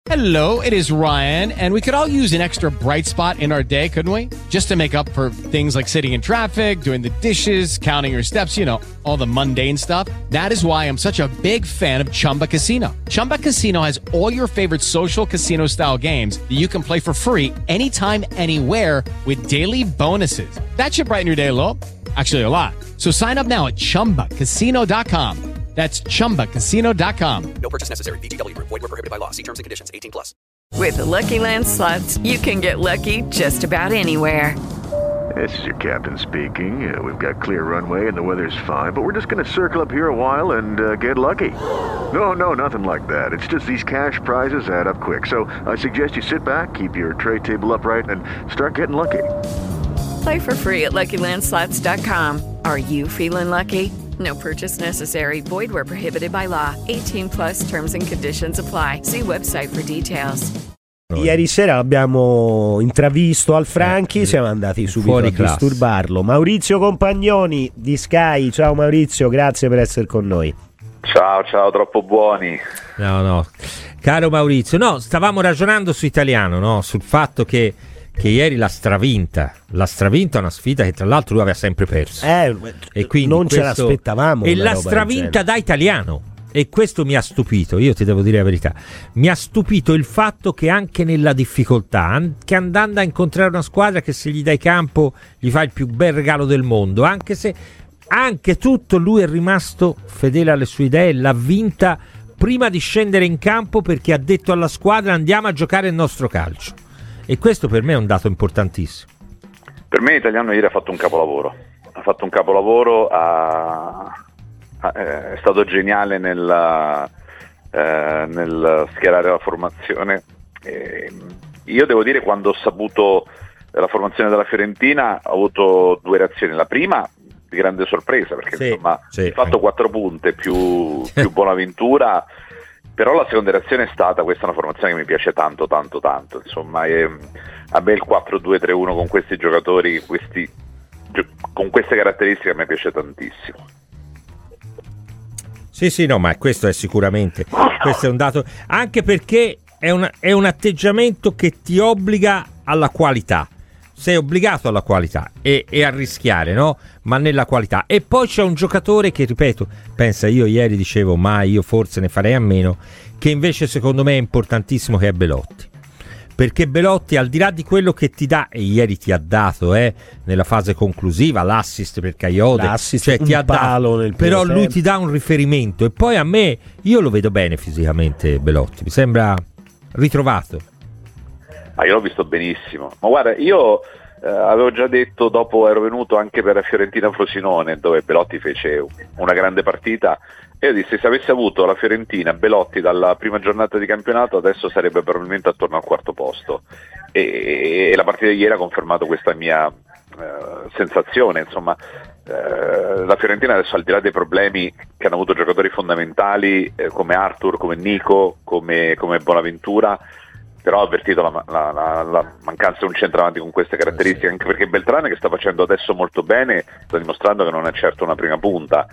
Hello, it is Ryan, and we could all use an extra bright spot in our day, couldn't we? Just to make up for things like sitting in traffic, doing the dishes, counting your steps, you know, all the mundane stuff. That is why I'm such a big fan of Chumba Casino. Chumba Casino has all your favorite social casino-style games that you can play for free anytime, anywhere with daily bonuses. That should brighten your day a little. Actually, a lot. So sign up now at ChumbaCasino.com. That's ChumbaCasino.com. No purchase necessary. VGW Group. Void where prohibited by law. See terms and conditions. 18 plus. With the Lucky Land Slots, you can get lucky just about anywhere. This is your captain speaking. We've got clear runway and the weather's fine, but we're just going to circle up here a while and get lucky. No, nothing like that. It's just these cash prizes add up quick. So I suggest you sit back, keep your tray table upright, and start getting lucky. Play for free at LuckyLandSlots.com. Are you feeling lucky? No purchase necessary. Void where prohibited by law. 18 plus terms and conditions apply. See website for details. Ieri sera abbiamo intravisto Al Franchi, siamo andati subito a disturbarlo. Maurizio Compagnoni di Sky. Ciao Maurizio, grazie per essere con noi. Ciao, troppo buoni. No. Caro Maurizio, stavamo ragionando su Italiano, no? Sul fatto che ieri l'ha stravinta una sfida che tra l'altro lui aveva sempre perso, e quindi non ce l'aspettavamo, e l'ha stravinta da Italiano, e questo mi ha stupito. Io ti devo dire la verità, mi ha stupito il fatto che anche nella difficoltà, anche andando a incontrare una squadra che se gli dai campo gli fa il più bel regalo del mondo, anche se anche tutto lui è rimasto fedele alle sue idee, l'ha vinta prima di scendere in campo, perché ha detto alla squadra: andiamo a giocare il nostro calcio. E questo per me è un dato importantissimo. Per me l'Italiano ieri ha fatto un capolavoro. È stato geniale nel schierare la formazione. Io devo dire, quando ho saputo la formazione della Fiorentina, ho avuto due reazioni. La prima, di grande sorpresa, perché ha fatto 4 punte più Bonaventura. Però la seconda reazione è stata: questa è una formazione che mi piace tanto, insomma, a me il 4-2-3-1 con questi giocatori, con queste caratteristiche, a me piace tantissimo. Sì, no, ma questo è sicuramente, questo è un dato, anche perché è un atteggiamento che ti obbliga alla qualità. Sei obbligato alla qualità e a rischiare, no? Ma nella qualità. E poi c'è un giocatore che, ripeto, pensa, io ieri dicevo, ma io forse ne farei a meno, che invece secondo me è importantissimo, che è Belotti. Perché Belotti, al di là di quello che ti dà, e ieri ti ha dato nella fase conclusiva l'assist per Kayode, cioè ti ha dato, però lui ti dà un riferimento. E poi a me, io lo vedo bene fisicamente Belotti, mi sembra ritrovato. Io l'ho visto benissimo, ma guarda, io avevo già detto, dopo ero venuto anche per la Fiorentina-Frosinone, dove Belotti fece una grande partita, e io dissi: se avesse avuto la Fiorentina Belotti dalla prima giornata di campionato, adesso sarebbe probabilmente attorno al 4º posto, e la partita di ieri ha confermato questa mia sensazione. Insomma, la Fiorentina adesso, al di là dei problemi che hanno avuto giocatori fondamentali come Arthur, come Nico, come Bonaventura, però ho avvertito la mancanza di un centravanti con queste caratteristiche, anche perché Beltrán, che sta facendo adesso molto bene, sta dimostrando che non è certo una prima punta.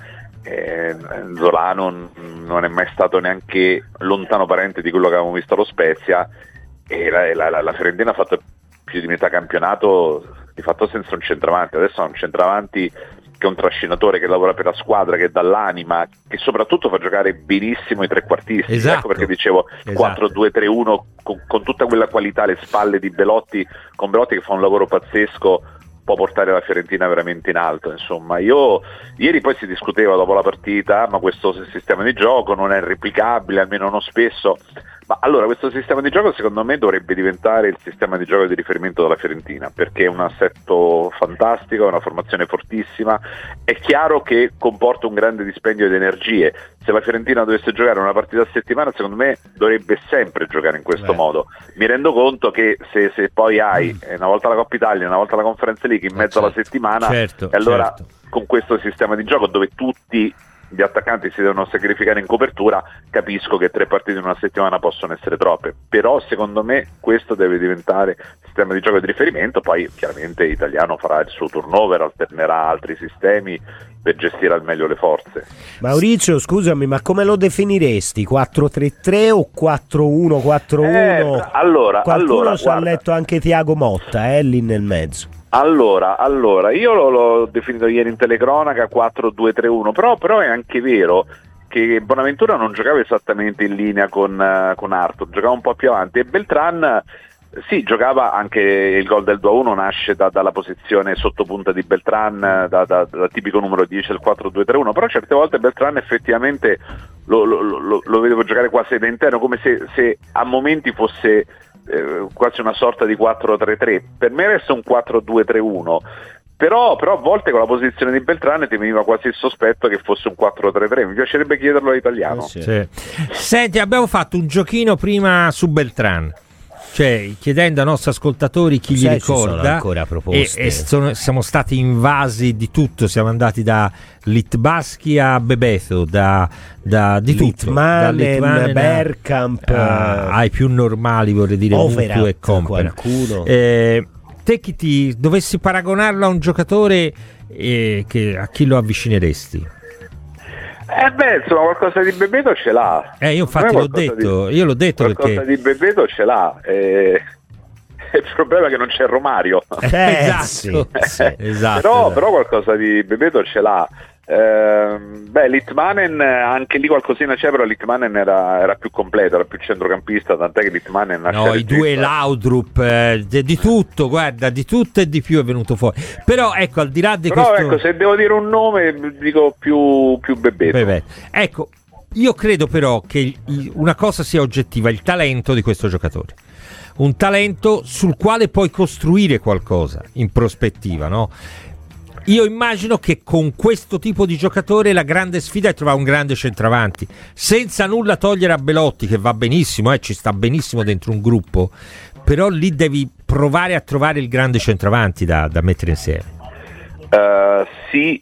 Zola non è mai stato neanche lontano parente di quello che avevamo visto allo Spezia, e la Fiorentina ha fatto più di metà campionato di fatto senza un centravanti. Adesso ha un centravanti che è un trascinatore, che lavora per la squadra, che dà l'anima, che soprattutto fa giocare benissimo i trequartisti. Esatto. Ecco perché dicevo 4-2-3-1 con tutta quella qualità alle spalle di Belotti, con Belotti che fa un lavoro pazzesco, può portare la Fiorentina veramente in alto. Insomma, ieri poi si discuteva dopo la partita: ma questo sistema di gioco non è replicabile, almeno non spesso. Ma allora, questo sistema di gioco secondo me dovrebbe diventare il sistema di gioco di riferimento della Fiorentina, perché è un assetto fantastico, è una formazione fortissima. È chiaro che comporta un grande dispendio di energie. Se la Fiorentina dovesse giocare una partita a settimana, secondo me dovrebbe sempre giocare in questo modo. Mi rendo conto che se poi hai una volta la Coppa Italia, una volta la Conference League in mezzo alla settimana, e allora con questo sistema di gioco dove tutti gli attaccanti si devono sacrificare in copertura, capisco che 3 partite in una settimana possono essere troppe, però secondo me questo deve diventare sistema di gioco di riferimento, poi chiaramente Italiano farà il suo turnover, alternerà altri sistemi per gestire al meglio le forze. Maurizio, scusami, ma come lo definiresti? 4-3-3 o 4-1-4-1? Qualcuno ci ha letto anche Tiago Motta, lì nel mezzo. Allora, io l'ho definito ieri in telecronaca 4-2-3-1, però è anche vero che Bonaventura non giocava esattamente in linea con Arthur, giocava un po' più avanti, e Beltran sì, giocava anche il gol del 2-1, nasce dalla posizione sottopunta di Beltran, da tipico numero 10 del 4-2-3-1, però certe volte Beltran effettivamente lo vedevo giocare quasi da interno, come se a momenti fosse quasi una sorta di 4-3-3. Per me resta un 4-2-3-1, però a volte con la posizione di Beltrán ti veniva quasi il sospetto che fosse un 4-3-3. Mi piacerebbe chiederlo all'italiano. Sì. Senti, abbiamo fatto un giochino prima su Beltrán, cioè chiedendo ai nostri ascoltatori chi gli ricorda, ancora proposte. E siamo stati invasi di tutto, siamo andati da Littbarski a Bebeto, di tutto, da Litmanen, Bergkamp, ai più normali, vorrei dire Mutu e Company. Qualcuno. Te chi dovessi paragonarlo a un giocatore, a chi lo avvicineresti? Insomma, qualcosa di Bebeto ce l'ha. Io infatti l'ho detto qualcosa perché di Bebeto ce l'ha. Il problema è che non c'è Romario. Esatto. Però qualcosa di Bebeto ce l'ha. Litmanen anche lì qualcosina c'è, però Litmanen era più completo, era più centrocampista, tant'è che Litmanen i due Laudrup, di tutto, guarda, di tutto e di più è venuto fuori. Però ecco, al di là di questo, ecco, se devo dire un nome dico più Bebeto. Ecco, io credo però che una cosa sia oggettiva: il talento di questo giocatore, un talento sul quale puoi costruire qualcosa in prospettiva, no? Io immagino che con questo tipo di giocatore la grande sfida è trovare un grande centravanti, senza nulla togliere a Belotti, che va benissimo, ci sta benissimo dentro un gruppo, però lì devi provare a trovare il grande centravanti da mettere insieme. Sì,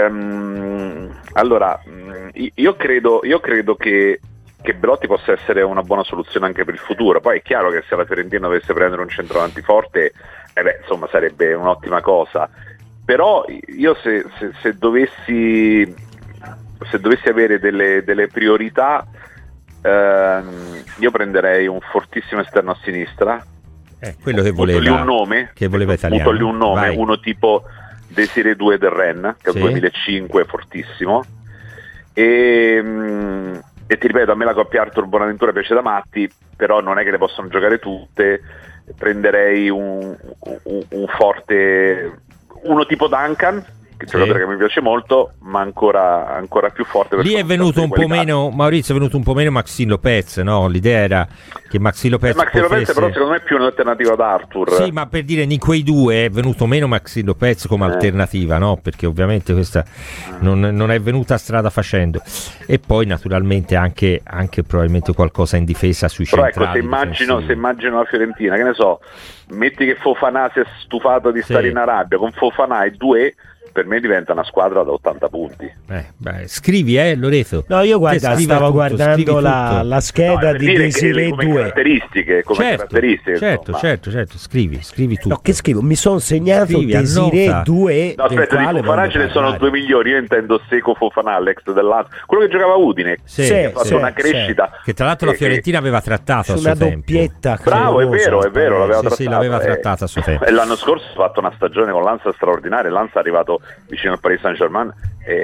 allora io credo che Belotti possa essere una buona soluzione anche per il futuro. Poi è chiaro che se la Fiorentina dovesse prendere un centravanti forte, insomma sarebbe un'ottima cosa. Però io se dovessi avere delle priorità, io prenderei un fortissimo esterno a sinistra. Quello che voleva, lì un nome, che voleva italiano. Lì un nome, uno tipo Desiré Doué del Rennes, che è il 2005, fortissimo. E ti ripeto, a me la coppia Arthur Bonaventura piace da matti, però non è che le possono giocare tutte. Prenderei un forte, uno tipo Duncan, che è un giocatore che mi piace molto, ma ancora più forte. Lì è venuto un po' meno, Maurizio, è venuto un po' meno Maxime Lopez, no? L'idea era che Maxime Lopez però secondo me è più un'alternativa ad Arthur. Sì, ma per dire, in quei due è venuto meno Maxime Lopez come alternativa, no? Perché ovviamente questa non è venuta strada facendo. E poi naturalmente anche probabilmente qualcosa in difesa sui centrali. Però ecco, se immagino la Fiorentina, che ne so, metti che Fofana si è stufato di stare in Arabia, con Fofana e Doué, per me diventa una squadra da 80 punti. Scrivi, Loreto. No, io stavo guardando la scheda di Desiré Doué. Caratteristiche. Certo, scrivi tutto. No, che scrivo? Mi sono segnato Desiré Doué. No, aspetta, di Fofana ce ne sono due migliori. Io intendo Seco Fofana, l'ex dell'Lazio, quello che giocava a Udine, che ha fatto una crescita. Che tra l'altro la Fiorentina aveva trattato a suo tempo. Una doppietta. Bravo, è vero, l'aveva trattata. Sì, l'aveva trattata a suo tempo. E l'anno scorso ha fatto una stagione con l'Ansa straordinaria. L'Ansa è arrivato vicino al Paris Saint-Germain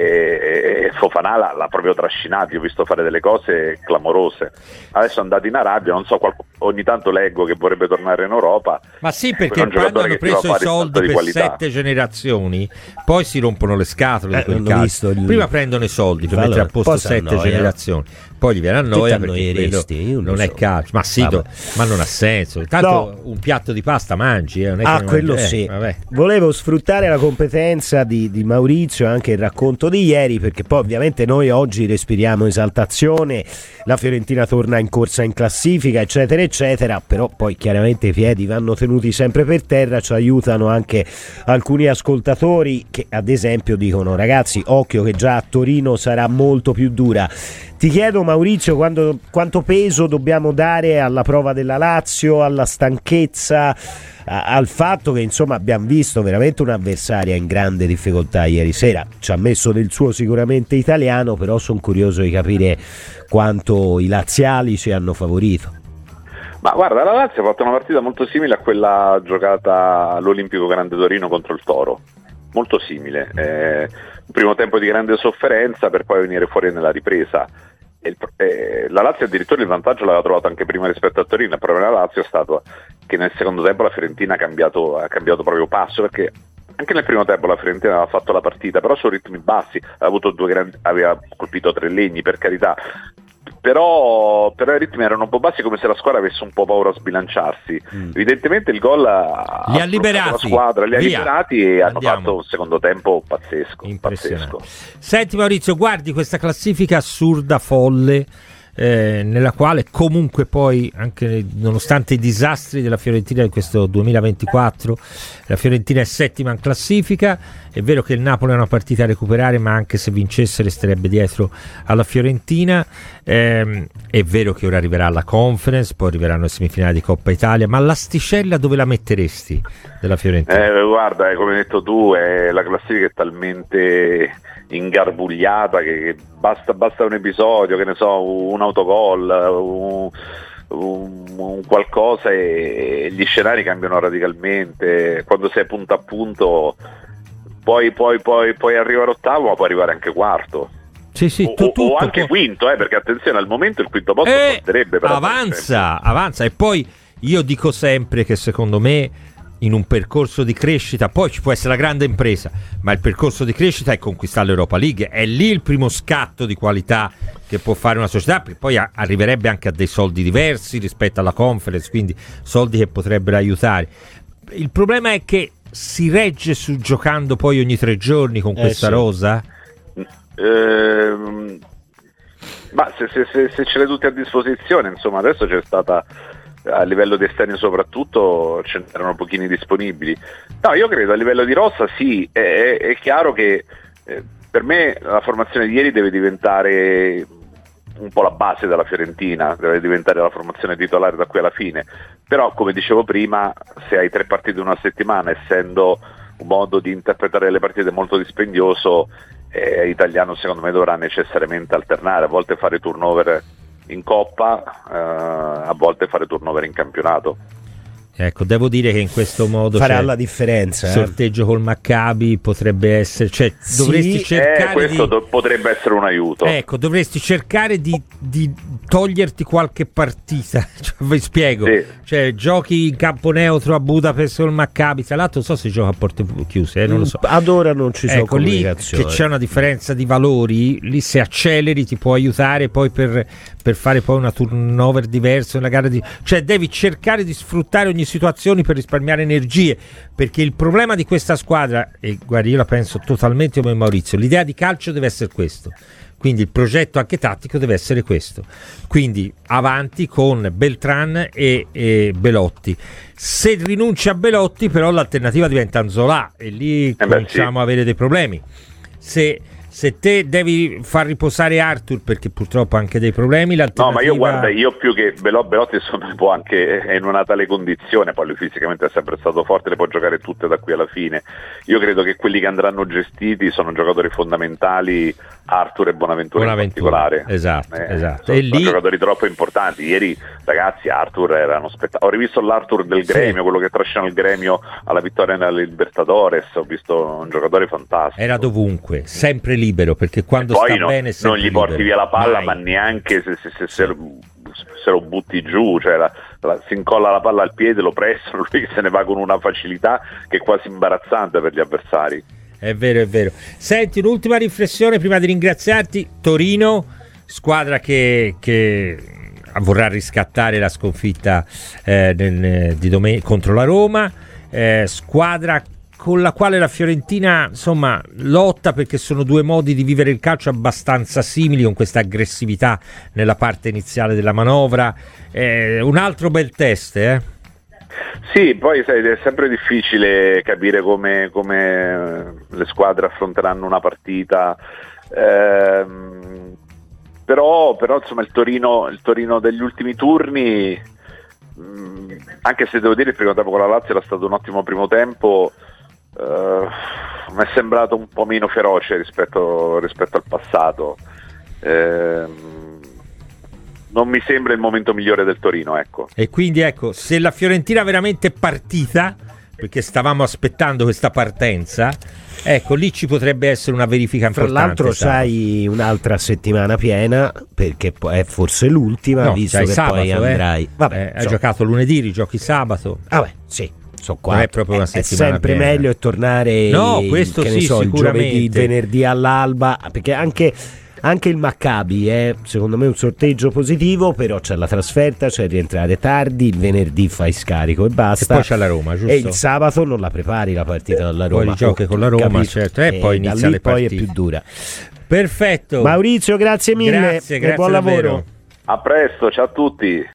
e Fofana l'ha proprio trascinato. Io ho visto fare delle cose clamorose. Adesso è andato in Arabia, non so, ogni tanto leggo che vorrebbe tornare in Europa. Ma sì, perché quando hanno preso i soldi per 7 generazioni, poi si rompono le scatole di quel caso. Prima prendono i soldi per mettere a posto 7 generazioni, poi gli viene a noia perché non è calcio. Ma sì, ma non ha senso. Tanto un piatto di pasta mangi, non è che quello sì. Volevo sfruttare la competenza di Maurizio e anche il racconto di ieri, perché poi ovviamente noi oggi respiriamo esaltazione, la Fiorentina torna in corsa in classifica, eccetera eccetera, però poi chiaramente i piedi vanno tenuti sempre per terra. Ci aiutano anche alcuni ascoltatori che ad esempio dicono: ragazzi, occhio che già a Torino sarà molto più dura. Ti chiedo, Maurizio, quanto peso dobbiamo dare alla prova della Lazio, alla stanchezza, al fatto che insomma abbiamo visto veramente un'avversaria in grande difficoltà ieri sera. Ci ha messo del suo sicuramente italiano, però sono curioso di capire quanto i laziali ci hanno favorito. Ma guarda, la Lazio ha fatto una partita molto simile a quella giocata all'Olimpico Grande Torino contro il Toro, molto simile, un primo tempo di grande sofferenza per poi venire fuori nella ripresa. La Lazio addirittura il vantaggio l'aveva trovato anche prima rispetto a Torino. Il problema della Lazio è stato che nel secondo tempo la Fiorentina ha cambiato proprio passo, perché anche nel primo tempo la Fiorentina aveva fatto la partita, però su ritmi bassi, aveva colpito 3 legni, per carità, però i ritmi erano un po' bassi, come se la squadra avesse un po' paura a sbilanciarsi. Evidentemente il gol li ha liberati, la squadra, li ha liberati e hanno fatto un secondo tempo pazzesco. Senti Maurizio, guardi questa classifica assurda, folle, nella quale comunque poi, anche nonostante i disastri della Fiorentina in questo 2024, la Fiorentina è settima in classifica. È vero che il Napoli ha una partita a recuperare, ma anche se vincesse resterebbe dietro alla Fiorentina. È vero che ora arriverà la Conference, poi arriveranno le semifinali di Coppa Italia, ma l'asticella dove la metteresti della Fiorentina? Guarda, come hai detto tu, la classifica è talmente ingarbugliata che basta un episodio, che ne so, un autogol, un qualcosa e gli scenari cambiano radicalmente. Quando sei punto a punto poi arrivare ottavo, ma puoi arrivare anche quarto. Sì, o anche quinto, perché attenzione, al momento il quinto posto porterebbe per avanza. E poi io dico sempre che secondo me in un percorso di crescita poi ci può essere la grande impresa, ma il percorso di crescita è conquistare l'Europa League, è lì il primo scatto di qualità che può fare una società, perché poi arriverebbe anche a dei soldi diversi rispetto alla Conference, quindi soldi che potrebbero aiutare. Il problema è che si regge su giocando poi ogni 3 giorni con questa rosa? Ma se ce l'hai tutti a disposizione, insomma, adesso c'è stata, a livello di esterni soprattutto, ce n'erano pochini disponibili. No, io credo a livello di rossa sì, è chiaro che per me la formazione di ieri deve diventare un po' la base della Fiorentina, deve diventare la formazione titolare da qui alla fine, però come dicevo prima, se hai 3 partite in una settimana, essendo un modo di interpretare le partite molto dispendioso, Italiano secondo me dovrà necessariamente alternare, a volte fare turnover in Coppa, a volte fare turnover in campionato. Ecco, devo dire che in questo modo farà la differenza. Il sorteggio col Maccabi potrebbe essere, cioè dovresti cercare questo potrebbe essere un aiuto. Ecco, dovresti cercare di toglierti qualche partita. Cioè, vi spiego. Sì. Cioè, giochi in campo neutro a Budapest col Maccabi, tra l'altro non so se gioca a porte chiuse, non lo so. Ad ora non ci sono comunicazioni. Lì che c'è una differenza di valori, lì se acceleri ti può aiutare poi per fare poi una turnover diverso nella gara cioè devi cercare di sfruttare ogni situazione per risparmiare energie, perché il problema di questa squadra, e guardi, io la penso totalmente come Maurizio, l'idea di calcio deve essere questo, quindi il progetto anche tattico deve essere questo, quindi avanti con Beltran e Belotti. Se rinunci a Belotti però l'alternativa diventa Anzolà e lì cominciamo a avere dei problemi. Se te devi far riposare Arthur, perché purtroppo ha anche dei problemi, l'alternativa... No, ma io più che Belotti insomma può anche, è in una tale condizione, poi lui fisicamente è sempre stato forte, le può giocare tutte da qui alla fine. Io credo che quelli che andranno gestiti sono giocatori fondamentali, Arthur e Bonaventura in particolare. Esatto. Sono giocatori troppo importanti. Ieri, ragazzi, Arthur era uno spettacolo. Ho rivisto l'Arthur del Gremio, quello che trascina il Gremio alla vittoria nella Libertadores, ho visto un giocatore fantastico. Era dovunque, sempre libero, perché quando sta bene non gli porti libero. via la palla, Mai. ma neanche se lo butti giù, cioè si incolla la palla al piede, lo pressano, lui che se ne va con una facilità che è quasi imbarazzante per gli avversari. È vero. Senti, un'ultima riflessione prima di ringraziarti. Torino, squadra che vorrà riscattare la sconfitta contro la Roma, squadra con la quale la Fiorentina insomma lotta, perché sono 2 modi di vivere il calcio abbastanza simili, con questa aggressività nella parte iniziale della manovra. Un altro bel test, Sì, poi sai, è sempre difficile capire come le squadre affronteranno una partita, però insomma il Torino degli ultimi turni, anche se devo dire il primo tempo con la Lazio era stato un ottimo primo tempo, mi è sembrato un po' meno feroce rispetto al passato. Non mi sembra il momento migliore del Torino, ecco. E quindi ecco, se la Fiorentina veramente è partita, perché stavamo aspettando questa partenza, ecco, lì ci potrebbe essere una verifica importante. Tra l'altro c'hai un'altra settimana piena, perché è forse l'ultima, no, visto che sabato, poi andrai. Vabbè, hai giocato lunedì, rigiochi sabato. Vabbè, sì. Non è proprio una settimana è sempre piena. Meglio tornare, no, questo che sì, ne so, il sicuramente. giovedì, il venerdì all'alba, perché anche il Maccabi è secondo me un sorteggio positivo, però c'è la trasferta, c'è rientrare tardi, il venerdì fai scarico e basta, e poi c'è la Roma, giusto? E il sabato non la prepari la partita dalla Roma, poi giochi con la Roma, capisco, certo, e poi inizia le poi partite. è più dura. Perfetto, Maurizio, grazie mille, grazie e buon davvero. lavoro. A presto, ciao a tutti.